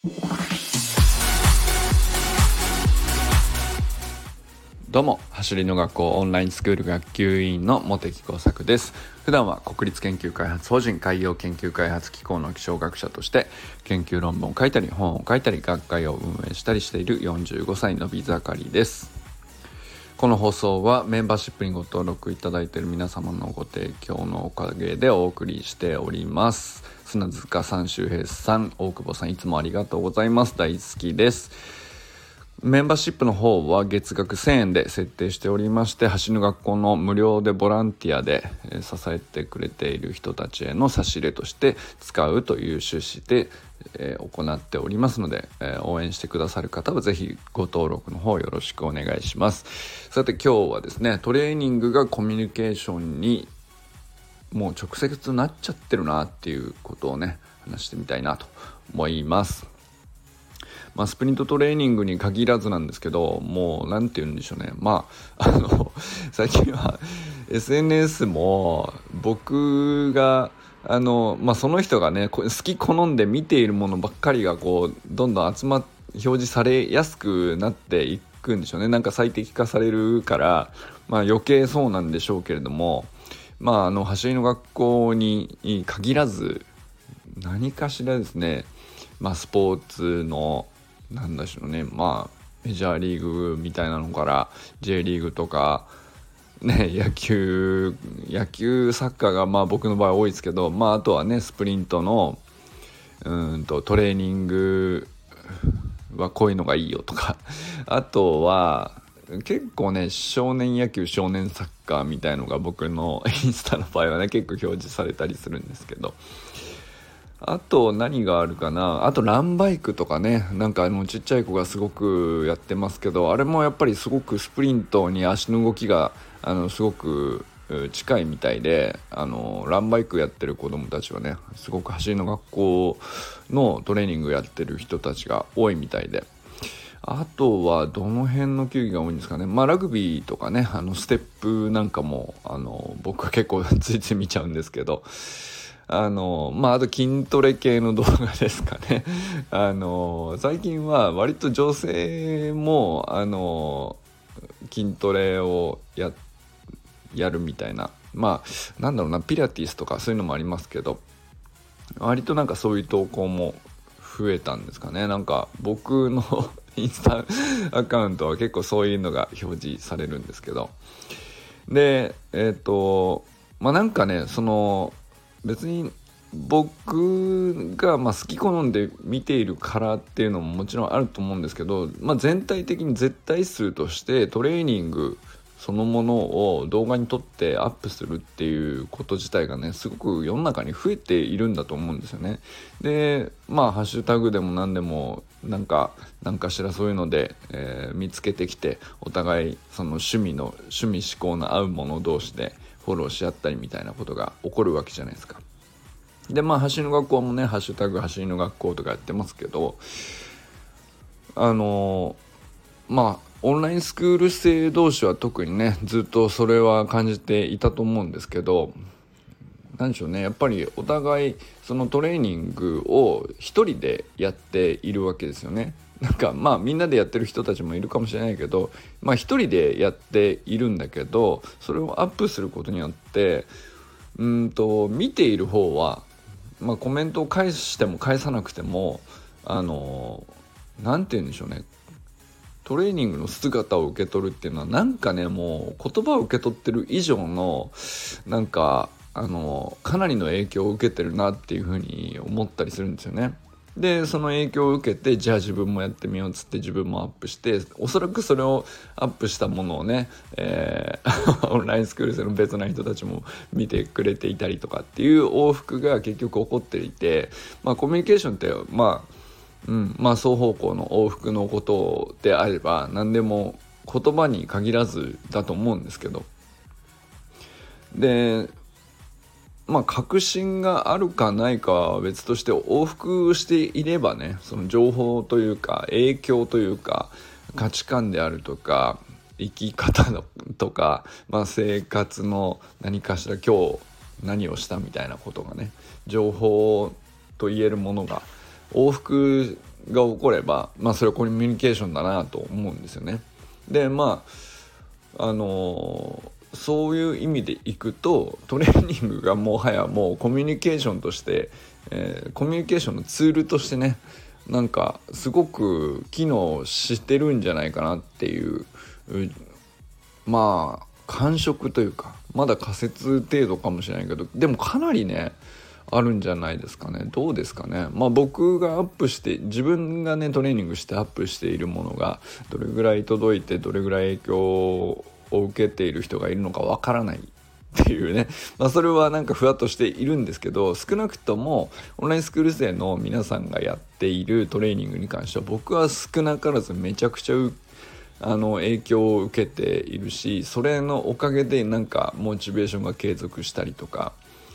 どうも、走りの学校オンラインスクール学級委員の茂木耕作です。普段は国立研究開発法人海洋研究開発機構の気象学者として研究論文を書いたり本を書いたり学会を運営したりしている45歳のび盛りです。この放送はメンバーシップにご登録いただいている皆様のご提供のおかげでお送りしております。砂塚さん、周平さん、大久保さん、いつもありがとうございます。大好きです。メンバーシップの方は月額1000円で設定しておりまして、走る学校の無料でボランティアで支えてくれている人たちへの差し入れとして使うという趣旨で行っておりますので、応援してくださる方はぜひご登録の方よろしくお願いします。さて今日はですね、トレーニングがコミュニケーションにもう直接なっちゃってるなっていうことをね、話してみたいなと思います。スプリントトレーニングに限らずなんですけど、もうなんて言うんでしょうね、最近は SNS も僕がその人がね好き好んで見ているものばっかりがこうどんどん表示されやすくなっていくんでしょうね。なんか最適化されるから、余計そうなんでしょうけれども、走りの学校に限らず何かしらですね、スポーツのなんでしょうね、メジャーリーグみたいなのから J リーグとかね、野球サッカーが僕の場合多いですけど、あとはねスプリントのトレーニングはこういうのがいいよとかあとは結構ね少年野球少年サッカーみたいのが僕のインスタの場合はね結構表示されたりするんですけど、あと何があるかな、あとランバイクとかね、ちっちゃい子がすごくやってますけど、あれもやっぱりすごくスプリントに足の動きがすごく近いみたいで、ランバイクやってる子どもたちはねすごく走りの学校のトレーニングやってる人たちが多いみたいで、あとはどの辺の球技が多いんですかね、ラグビーとかね、ステップなんかも僕は結構ついつい見ちゃうんですけど、あと筋トレ系の動画ですかね最近は割と女性も筋トレをやるみたいな、ピラティスとかそういうのもありますけど、割とそういう投稿も増えたんですかね。僕のインスタアカウントは結構そういうのが表示されるんですけど、で別に僕が好き好んで見ているからっていうのももちろんあると思うんですけど、全体的に絶対数としてトレーニングそのものを動画に撮ってアップするっていうこと自体がねすごく世の中に増えているんだと思うんですよね。でハッシュタグでも何でもなんかしらそういうので、見つけてきて、お互いその趣味嗜好の合うもの同士でフォローし合ったりみたいなことが起こるわけじゃないですか。で走りの学校もねハッシュタグ走りの学校とかやってますけど、オンラインスクール生同士は特にねずっとそれは感じていたと思うんですけど、なんでしょうね、やっぱりお互いそのトレーニングを一人でやっているわけですよね。みんなでやってる人たちもいるかもしれないけど、一人でやっているんだけど、それをアップすることによって見ている方はコメントを返しても返さなくてもなんて言うんでしょうね、トレーニングの姿を受け取るっていうのはもう言葉を受け取ってる以上のかなりの影響を受けてるなっていうふうに思ったりするんですよね。でその影響を受けて、じゃあ自分もやってみようっつって自分もアップして、おそらくそれをアップしたものをね、オンラインスクール生の別な人たちも見てくれていたりとかっていう往復が結局起こっていて、コミュニケーションって双方向の往復のことであれば何でも言葉に限らずだと思うんですけど、で確信があるかないかは別として、往復していればね、その情報というか影響というか価値観であるとか生き方とか、生活の何かしら今日何をしたみたいなことがね、情報と言えるものが往復が起これば、それはコミュニケーションだなと思うんですよね。でそういう意味でいくとトレーニングがもはやもうコミュニケーションとして、コミュニケーションのツールとしてね、なんかすごく機能してるんじゃないかなっていう感触というか、まだ仮説程度かもしれないけど、でもかなりねあるんじゃないですかね。どうですかね。僕がアップして、自分がねトレーニングしてアップしているものがどれぐらい届いてどれぐらい影響を受けている人がいるのかわからないっていうね、それはなんかふわっとしているんですけど、少なくともオンラインスクール生の皆さんがやっているトレーニングに関しては僕は少なからずめちゃくちゃ影響を受けているし、それのおかげでなんかモチベーションが継続したりとか、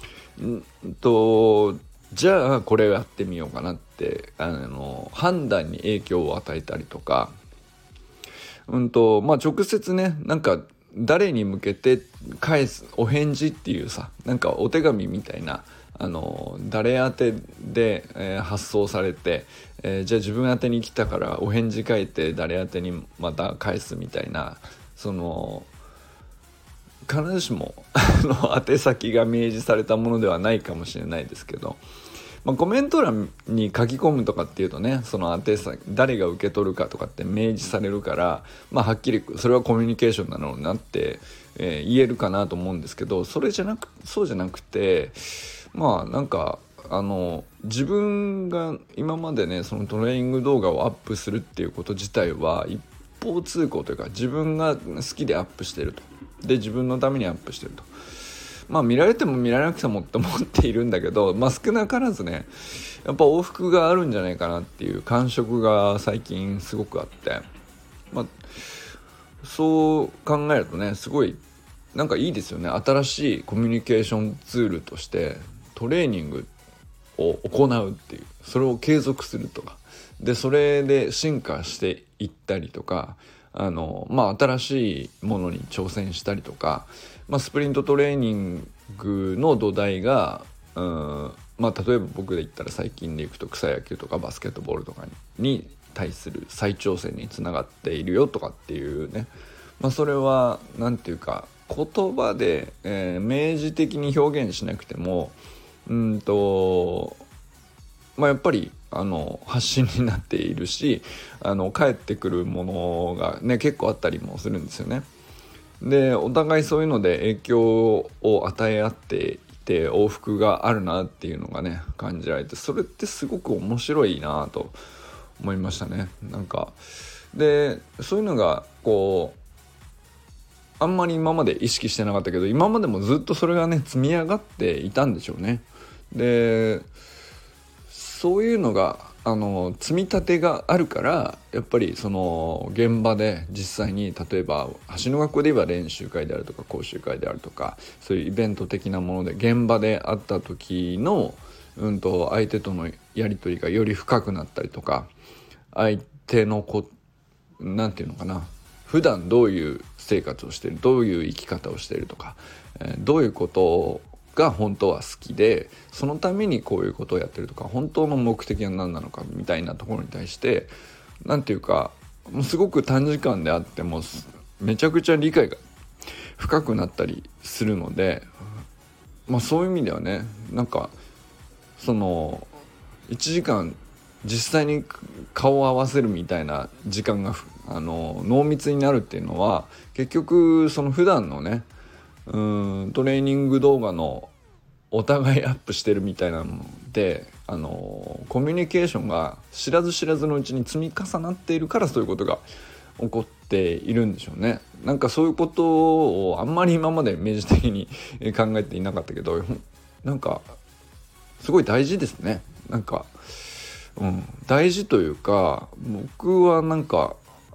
じゃあこれをやってみようかなって判断に影響を与えたりとか、直接ねなんか誰に向けて返すお返事っていうさ、なんかお手紙みたいな誰宛てで、発送されて、じゃあ自分宛てに来たからお返事書いて誰宛てにまた返すみたいな、必ずしも宛先が明示されたものではないかもしれないですけど、コメント欄に書き込むとかっていうとね、その宛先誰が受け取るかとかって明示されるから、はっきりそれはコミュニケーションなのになって、言えるかなと思うんですけど、そうじゃなくて、なんか自分が今までねそのトレーニング動画をアップするっていうこと自体は一方通行というか、自分が好きでアップしてると、で自分のためにアップしてると、見られても見られなくてもって思っているんだけど、少なからずねやっぱ往復があるんじゃないかなっていう感触が最近すごくあって、そう考えるとねすごいなんかいいですよね。新しいコミュニケーションツールとしてトレーニングを行うっていう、それを継続するとかで、それで進化していったりとか、新しいものに挑戦したりとか、スプリントトレーニングの土台が例えば僕で言ったら最近でいくと草野球とかバスケットボールとかに対する再挑戦につながっているよとかっていうね、それはなんていうか言葉で、明示的に表現しなくてもやっぱり発信になっているし、返ってくるものがね結構あったりもするんですよね。でお互いそういうので影響を与え合っていて往復があるなっていうのがね感じられて、それってすごく面白いなと思いましたね。なんかでそういうのがあんまり今まで意識してなかったけど、今までもずっとそれがね積み上がっていたんでしょうね。でそういうのが積み立てがあるから、やっぱりその現場で実際に例えば橋の学校で言えば練習会であるとか講習会であるとか、そういうイベント的なもので現場で会った時の相手とのやり取りがより深くなったりとか、相手のなんていうのかな、普段どういう生活をしている、どういう生き方をしているとか、どういうことが本当は好きでそのためにこういうことをやってるとか、本当の目的は何なのかみたいなところに対してなんていうか、もうすごく短時間であってもめちゃくちゃ理解が深くなったりするので、そういう意味ではね、なんかその1時間実際に顔を合わせるみたいな時間が濃密になるっていうのは、結局その普段のねトレーニング動画のお互いアップしてるみたいなのでコミュニケーションが知らず知らずのうちに積み重なっているから、そういうことが起こっているんでしょうね。なんかそういうことをあんまり今まで明示的に考えていなかったけど、なんかすごい大事ですね。なんか、大事というか、僕はなんか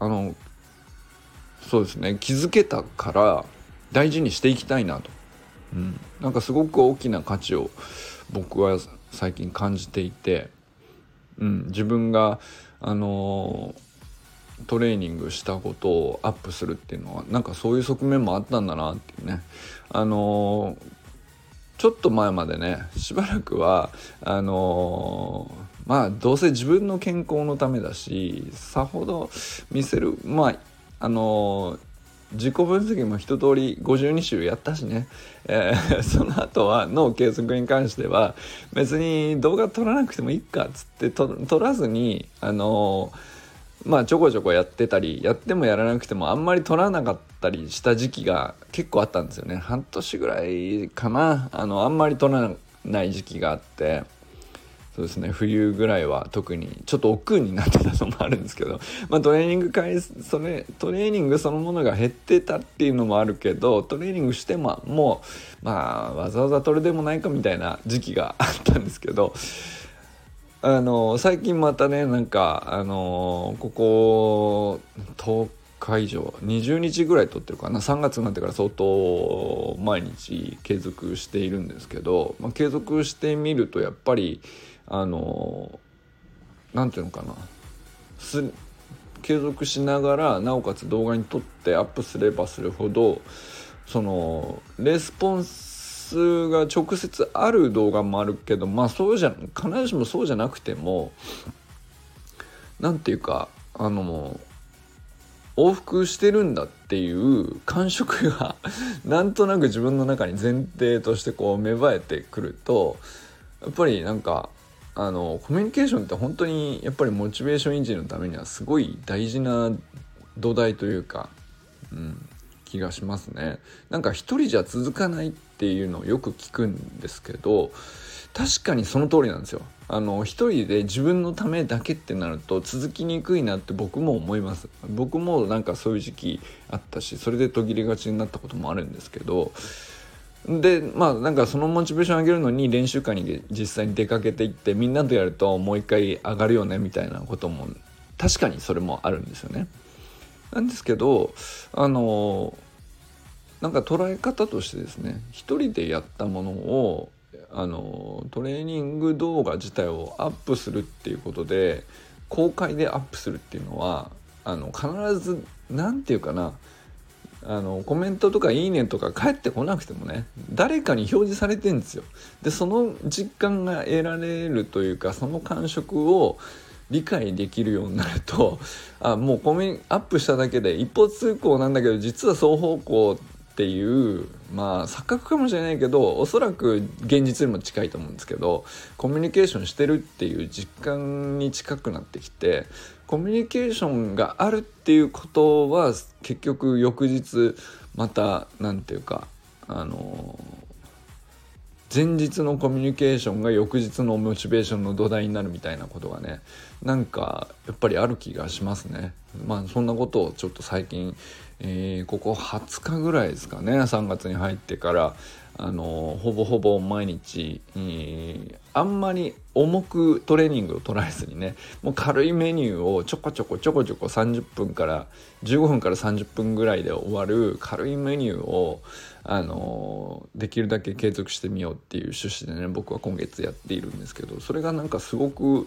そうですね、気づけたから大事にしていきたいなと、なんかすごく大きな価値を僕は最近感じていて、自分がトレーニングしたことをアップするっていうのはなんかそういう側面もあったんだなっていうね。ちょっと前までねしばらくはまあどうせ自分の健康のためだし、さほど見せる、自己分析も一通り52週やったしね、その後は脳計測に関しては別に動画撮らなくてもいいかっつって撮らずにちょこちょこやってたり、やってもやらなくてもあんまり撮らなかったりした時期が結構あったんですよね。半年ぐらいかな、あんまり撮らない時期があって、そうですね、冬ぐらいは特にちょっと億劫になってたのもあるんですけど、トレーニングそのものが減ってたっていうのもあるけど、トレーニングしてももうわざわざ撮るでもないかみたいな時期があったんですけど、最近またね、ここ10日以上20日ぐらい撮ってるかな、3月になってから相当毎日継続しているんですけど、継続してみるとやっぱりなんていうのかな、継続しながらなおかつ動画に撮ってアップすればするほど、そのレスポンスが直接ある動画もあるけど、必ずしもそうじゃなくても、なんていうか往復してるんだっていう感触がなんとなく自分の中に前提としてこう芽生えてくると、やっぱりコミュニケーションって本当にやっぱりモチベーション維持のためにはすごい大事な土台というか、気がしますね。一人じゃ続かないっていうのをよく聞くんですけど、確かにその通りなんですよ。一人で自分のためだけってなると続きにくいなって僕も思います。僕もそういう時期あったし、それで途切れがちになったこともあるんですけど、でそのモチベーション上げるのに練習会に実際に出かけていってみんなとやるともう一回上がるよねみたいなことも確かにそれもあるんですよね。なんですけど捉え方としてですね、一人でやったものをトレーニング動画自体をアップするっていうことで、公開でアップするっていうのは必ずなんていうかな、コメントとかいいねとか返ってこなくてもね、誰かに表示されてるんですよ。でその実感が得られるというか、その感触を理解できるようになると、もうアップしただけで一方通行なんだけど実は双方向っていう錯覚かもしれないけど、おそらく現実にも近いと思うんですけど、コミュニケーションしてるっていう実感に近くなってきて、コミュニケーションがあるっていうことは結局翌日またなんていうか前日のコミュニケーションが翌日のモチベーションの土台になるみたいなことがね、やっぱりある気がしますね。そんなことをちょっと最近、ここ20日ぐらいですかね、3月に入ってからほぼほぼ毎日、あんまり重くトレーニングを捉えずにね、もう軽いメニューをちょこちょこ30分から15分から30分ぐらいで終わる軽いメニューをできるだけ継続してみようっていう趣旨でね、僕は今月やっているんですけど、それがすごく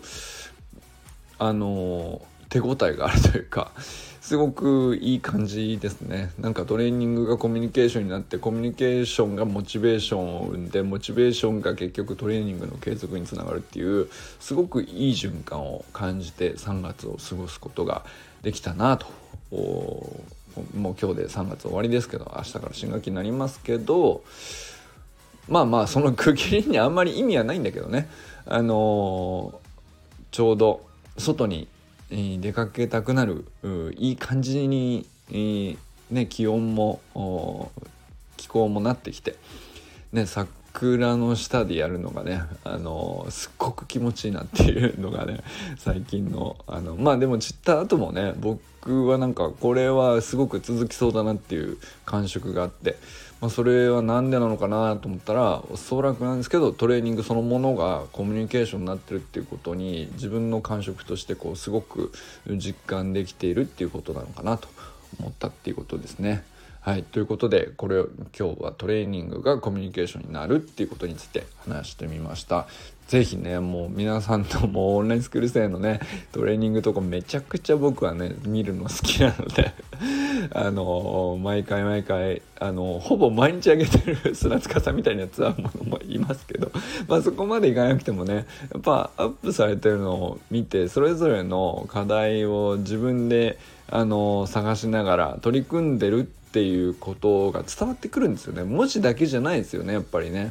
手応えがあるというか、すごくいい感じですね。トレーニングがコミュニケーションになって、コミュニケーションがモチベーションを生んで、モチベーションが結局トレーニングの継続につながるっていう、すごくいい循環を感じて3月を過ごすことができたなと。もう今日で3月終わりですけど、明日から新学期になりますけど、その区切りにあんまり意味はないんだけどね、ちょうど外に出かけたくなるいい感じに、気温も気候もなってきて、桜の下でやるのがね、すっごく気持ちいいなっていうのがね、最近のでも散った後もね、僕はこれはすごく続きそうだなっていう感触があって、それはなんでなのかなと思ったら、おそらくなんですけどトレーニングそのものがコミュニケーションになってるっていうことに、自分の感触としてすごく実感できているっていうことなのかなと思ったっていうことですね。はい、ということで今日はトレーニングがコミュニケーションになるっていうことについて話してみました。ぜひね、もう皆さんともオンラインスクール生のねトレーニングとかめちゃくちゃ僕はね見るの好きなので毎回ほぼ毎日上げてる砂塚さんみたいなやつはもうりますけどそこまでいかなくてもね、やっぱアップされてるのを見て、それぞれの課題を自分で探しながら取り組んでるっていうことが伝わってくるんですよね。文字だけじゃないですよね、やっぱりね。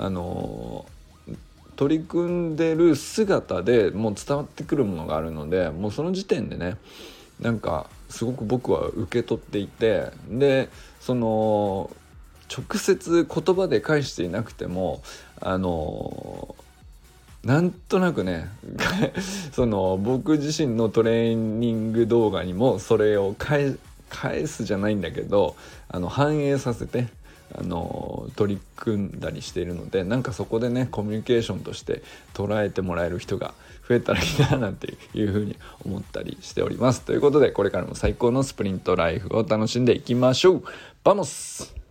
取り組んでる姿でもう伝わってくるものがあるので、もうその時点でね、なんかすごく僕は受け取っていて、でその直接言葉で返していなくてもなんとなくねその僕自身のトレーニング動画にもそれを返すじゃないんだけど反映させて取り組んだりしているので、なんかそこでねコミュニケーションとして捉えてもらえる人が増えたらいいななんていうふうに思ったりしております。ということで、これからも最高のスプリントライフを楽しんでいきましょう。バモス。